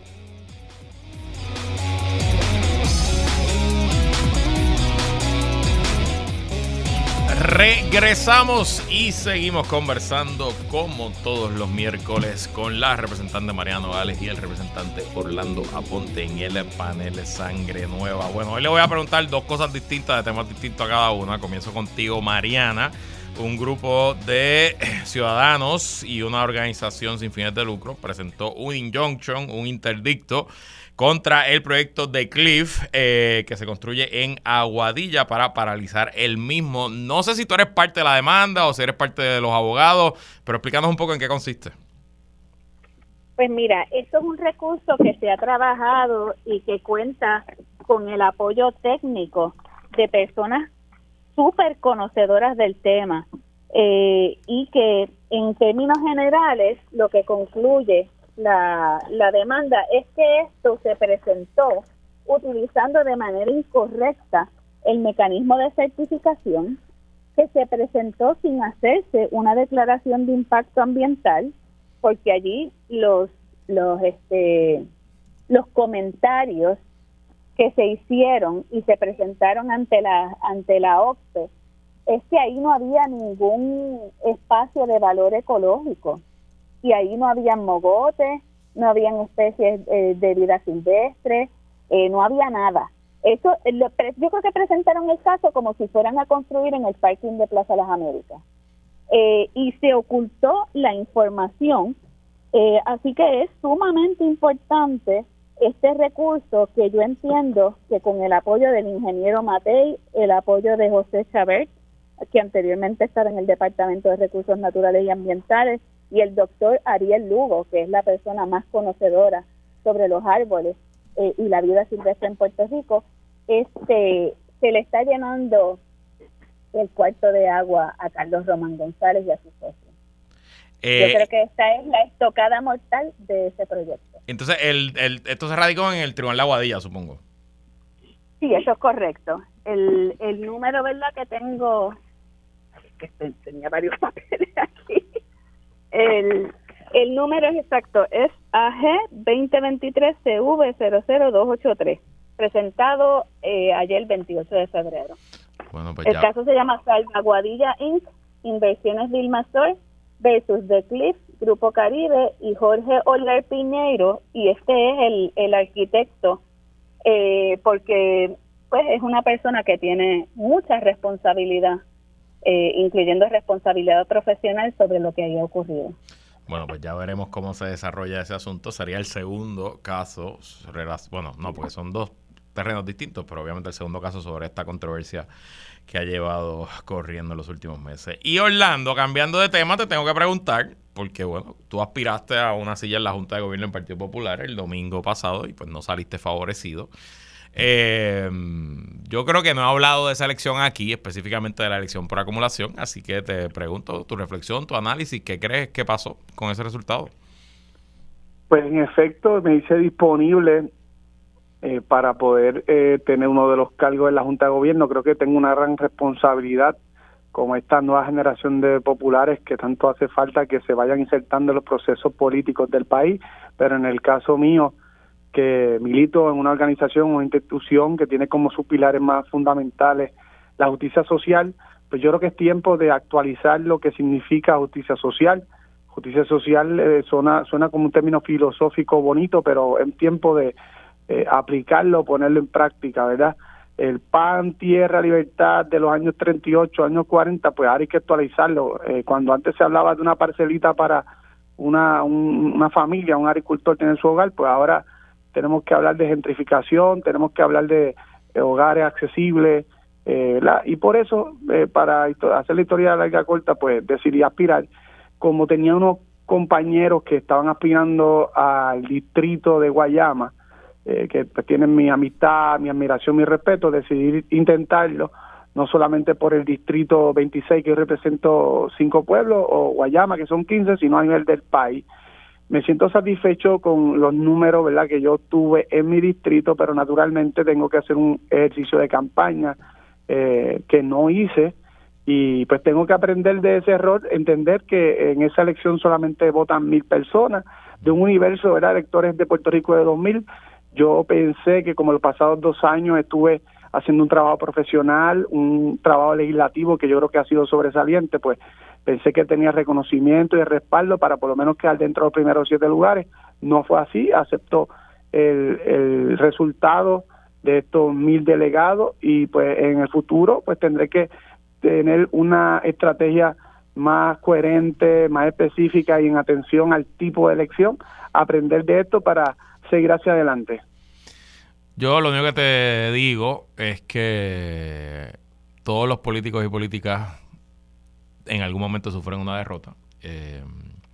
Regresamos y seguimos conversando como todos los miércoles con la representante Mariana Nogales y el representante Orlando Aponte en el panel Sangre Nueva. Bueno, hoy le voy a preguntar dos cosas distintas, de temas distintos a cada una. Comienzo contigo, Mariana. un grupo de ciudadanos y una organización sin fines de lucro presentó un injunction, un interdicto contra el proyecto de Cliff eh, que se construye en Aguadilla para paralizar el mismo. No sé si tú eres parte de la demanda o si eres parte de los abogados, pero explícanos un poco en qué consiste. Pues mira, esto es un recurso que se ha trabajado y que cuenta con el apoyo técnico de personas súper conocedoras del tema eh, y que en términos generales lo que concluye la, la demanda es que esto se presentó utilizando de manera incorrecta el mecanismo de certificación, que se presentó sin hacerse una declaración de impacto ambiental, porque allí los los este los comentarios que se hicieron y se presentaron ante la ante la O C P E es que ahí no había ningún espacio de valor ecológico y ahí no habían mogotes, no habían especies eh, de vida silvestre, eh, no había nada. Eso lo, yo creo que presentaron el caso como si fueran a construir en el parking de Plaza Las Américas eh, y se ocultó la información. Eh, así que es sumamente importante este recurso que yo entiendo que con el apoyo del ingeniero Matei, el apoyo de José Chabert, que anteriormente estaba en el Departamento de Recursos Naturales y Ambientales, y el doctor Ariel Lugo, que es la persona más conocedora sobre los árboles eh, y la vida silvestre en Puerto Rico, este se le está llenando el cuarto de agua a Carlos Román González y a sus socios. Eh, Yo creo que esta es la estocada mortal de ese proyecto. Entonces, el, el, esto se radicó en el Tribunal de Aguadilla, supongo. Sí, eso es correcto. El, el número, ¿verdad?, que tengo, que tenía varios papeles aquí. El, el número es exacto, es A G veinte veintitrés C V cero cero dos ocho tres, presentado eh, ayer veintiocho de febrero. Bueno, pues el ya. caso se llama Salvaguadilla incorporated, Inversiones Vilma Sol versus The Cliff, Grupo Caribe y Jorge Oler Piñeiro, y este es el, el arquitecto, eh, porque pues es una persona que tiene mucha responsabilidad, eh, incluyendo responsabilidad profesional sobre lo que haya ocurrido. Bueno, pues ya veremos cómo se desarrolla ese asunto. Sería el segundo caso, bueno, no, porque son dos terrenos distintos, pero obviamente el segundo caso sobre esta controversia que ha llevado corriendo en los últimos meses. Y Orlando, cambiando de tema, te tengo que preguntar, porque bueno, tú aspiraste a una silla en la Junta de Gobierno del Partido Popular el domingo pasado y pues no saliste favorecido. Eh, yo creo que no he hablado de esa elección aquí, específicamente de la elección por acumulación, así que te pregunto tu reflexión, tu análisis, ¿qué crees que pasó con ese resultado? Pues en efecto me hice disponible Eh, para poder eh, tener uno de los cargos en la Junta de Gobierno. Creo que tengo una gran responsabilidad con esta nueva generación de populares que tanto hace falta que se vayan insertando en los procesos políticos del país, pero en el caso mío, que milito en una organización, una institución que tiene como sus pilares más fundamentales la justicia social, pues yo creo que es tiempo de actualizar lo que significa justicia social. Justicia social eh, suena, suena como un término filosófico bonito, pero es tiempo de Eh, aplicarlo, ponerlo en práctica, ¿verdad? El pan, tierra, libertad de los años treinta y ocho, años cuarenta, pues ahora hay que actualizarlo. Eh, cuando antes se hablaba de una parcelita para una, un, una familia, un agricultor tener su hogar, pues ahora tenemos que hablar de gentrificación, tenemos que hablar de, de hogares accesibles, eh, ¿verdad? Y por eso, eh, para hacer la historia larga corta, pues decidí aspirar. Como tenía unos compañeros que estaban aspirando al distrito de Guayama, Eh, que pues, tienen mi amistad, mi admiración, mi respeto, decidí intentarlo, no solamente por el distrito veintiséis, que yo represento cinco pueblos, o Guayama, que son quince, sino a nivel del país. Me siento satisfecho con los números, ¿verdad?, que yo tuve en mi distrito, pero naturalmente tengo que hacer un ejercicio de campaña eh, que no hice, y pues tengo que aprender de ese error, entender que en esa elección solamente votan mil personas, de un universo, ¿verdad?, electores de Puerto Rico de dos mil. Yo pensé que como los pasados dos años estuve haciendo un trabajo profesional, un trabajo legislativo que yo creo que ha sido sobresaliente, pues pensé que tenía reconocimiento y respaldo para por lo menos quedar dentro de los primeros siete lugares. No fue así, aceptó el, el resultado de estos mil delegados y pues en el futuro pues tendré que tener una estrategia más coherente, más específica y en atención al tipo de elección, aprender de esto para seguir hacia adelante. Yo lo único que te digo es que todos los políticos y políticas en algún momento sufren una derrota. Eh,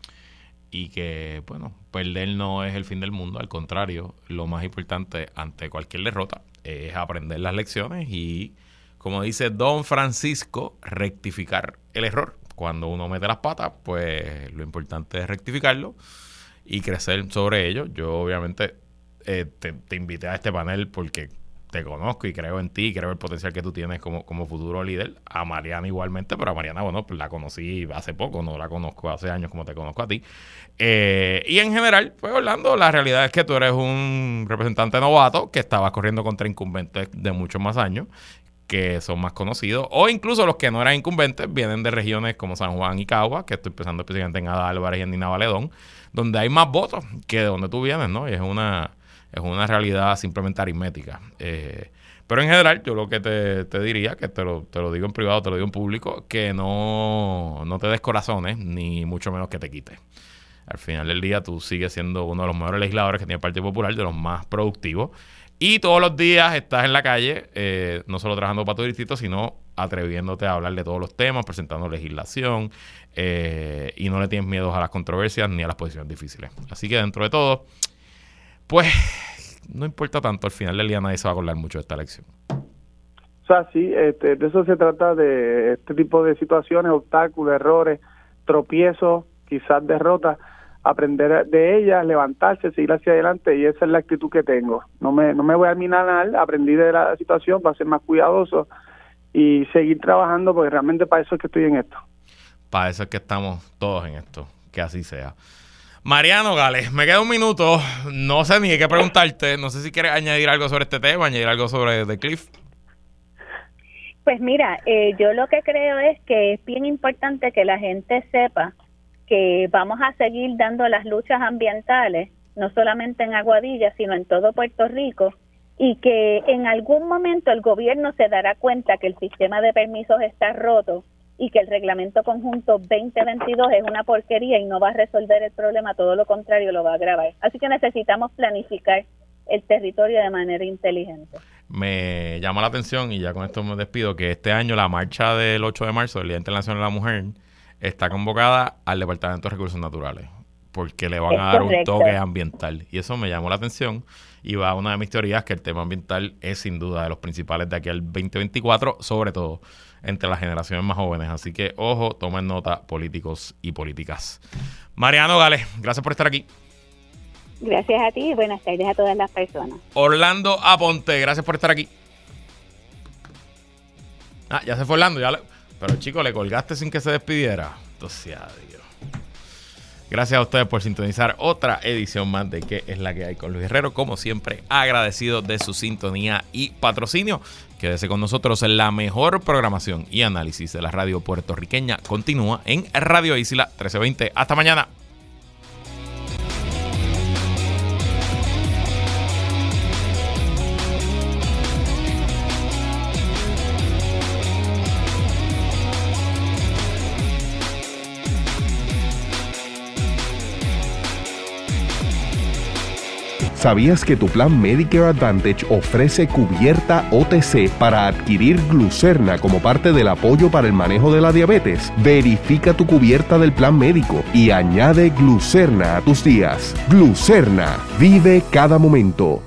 y que, bueno, perder no es el fin del mundo, al contrario, lo más importante ante cualquier derrota es aprender las lecciones y, como dice Don Francisco, rectificar el error. Cuando uno mete las patas, pues lo importante es rectificarlo y crecer sobre ello. Yo obviamente eh, te, te invité a este panel porque te conozco y creo en ti, creo el potencial que tú tienes como, como futuro líder. A Mariana igualmente, pero a Mariana, bueno, pues la conocí hace poco, no la conozco hace años como te conozco a ti. Eh, y en general, pues Orlando, la realidad es que tú eres un representante novato que estabas corriendo contra incumbentes de muchos más años, que son más conocidos, o incluso los que no eran incumbentes vienen de regiones como San Juan y Cagua, que estoy pensando específicamente en Ada Álvarez y en Nina Valedón, donde hay más votos que de donde tú vienes, ¿no? Y es una... es una realidad simplemente aritmética. Eh, pero en general, yo lo que te, te diría, que te lo, te lo digo en privado, te lo digo en público, que no, no te des corazones, ni mucho menos que te quites. Al final del día, tú sigues siendo uno de los mejores legisladores que tiene el Partido Popular, de los más productivos. Y todos los días estás en la calle, eh, no solo trabajando para tu distrito, sino atreviéndote a hablar de todos los temas, presentando legislación, eh, y no le tienes miedo a las controversias ni a las posiciones difíciles. Así que dentro de todo, pues no importa tanto, al final del día nadie se va a acordar mucho de esta elección. O sea, sí, este, de eso se trata, de este tipo de situaciones, obstáculos, errores, tropiezos, quizás derrotas, aprender de ellas, levantarse, seguir hacia adelante, y esa es la actitud que tengo. No me, no me voy a minar, aprendí de la situación para ser más cuidadoso y seguir trabajando, porque realmente para eso es que estoy en esto. Para eso es que estamos todos en esto, que así sea. Mariano Gales, me queda un minuto, no sé ni qué preguntarte, no sé si quieres añadir algo sobre este tema, añadir algo sobre The Cliff. Pues mira, eh, yo lo que creo es que es bien importante que la gente sepa que vamos a seguir dando las luchas ambientales, no solamente en Aguadilla, sino en todo Puerto Rico, y que en algún momento el gobierno se dará cuenta que el sistema de permisos está roto y que el reglamento conjunto veinte veintidós es una porquería y no va a resolver el problema, todo lo contrario, lo va a agravar. Así que necesitamos planificar el territorio de manera inteligente. Me llama la atención, y ya con esto me despido, que este año la marcha del ocho de marzo, el Día Internacional de la Mujer, está convocada al Departamento de Recursos Naturales, porque le van es a dar correcto. un toque ambiental. Y eso me llamó la atención, y va a una de mis teorías, que el tema ambiental es sin duda de los principales de aquí al veinte veinticuatro, sobre todo entre las generaciones más jóvenes. Así que, ojo, tomen nota, políticos y políticas. Mariano Gales, gracias por estar aquí. Gracias a ti y buenas tardes a todas las personas. Orlando Aponte, gracias por estar aquí. Ah, ya se fue Orlando, ya le... pero chico, le colgaste sin que se despidiera. Entonces, adiós. Gracias a ustedes por sintonizar otra edición más de ¿Qué es la que hay con Luis Herrero? Como siempre, agradecido de su sintonía y patrocinio. Quédese con nosotros, en la mejor programación y análisis de la radio puertorriqueña continúa en Radio Isla trece veinte. Hasta mañana. ¿Sabías que tu plan Medicare Advantage ofrece cubierta O T C para adquirir Glucerna como parte del apoyo para el manejo de la diabetes? Verifica tu cubierta del plan médico y añade Glucerna a tus días. Glucerna, vive cada momento.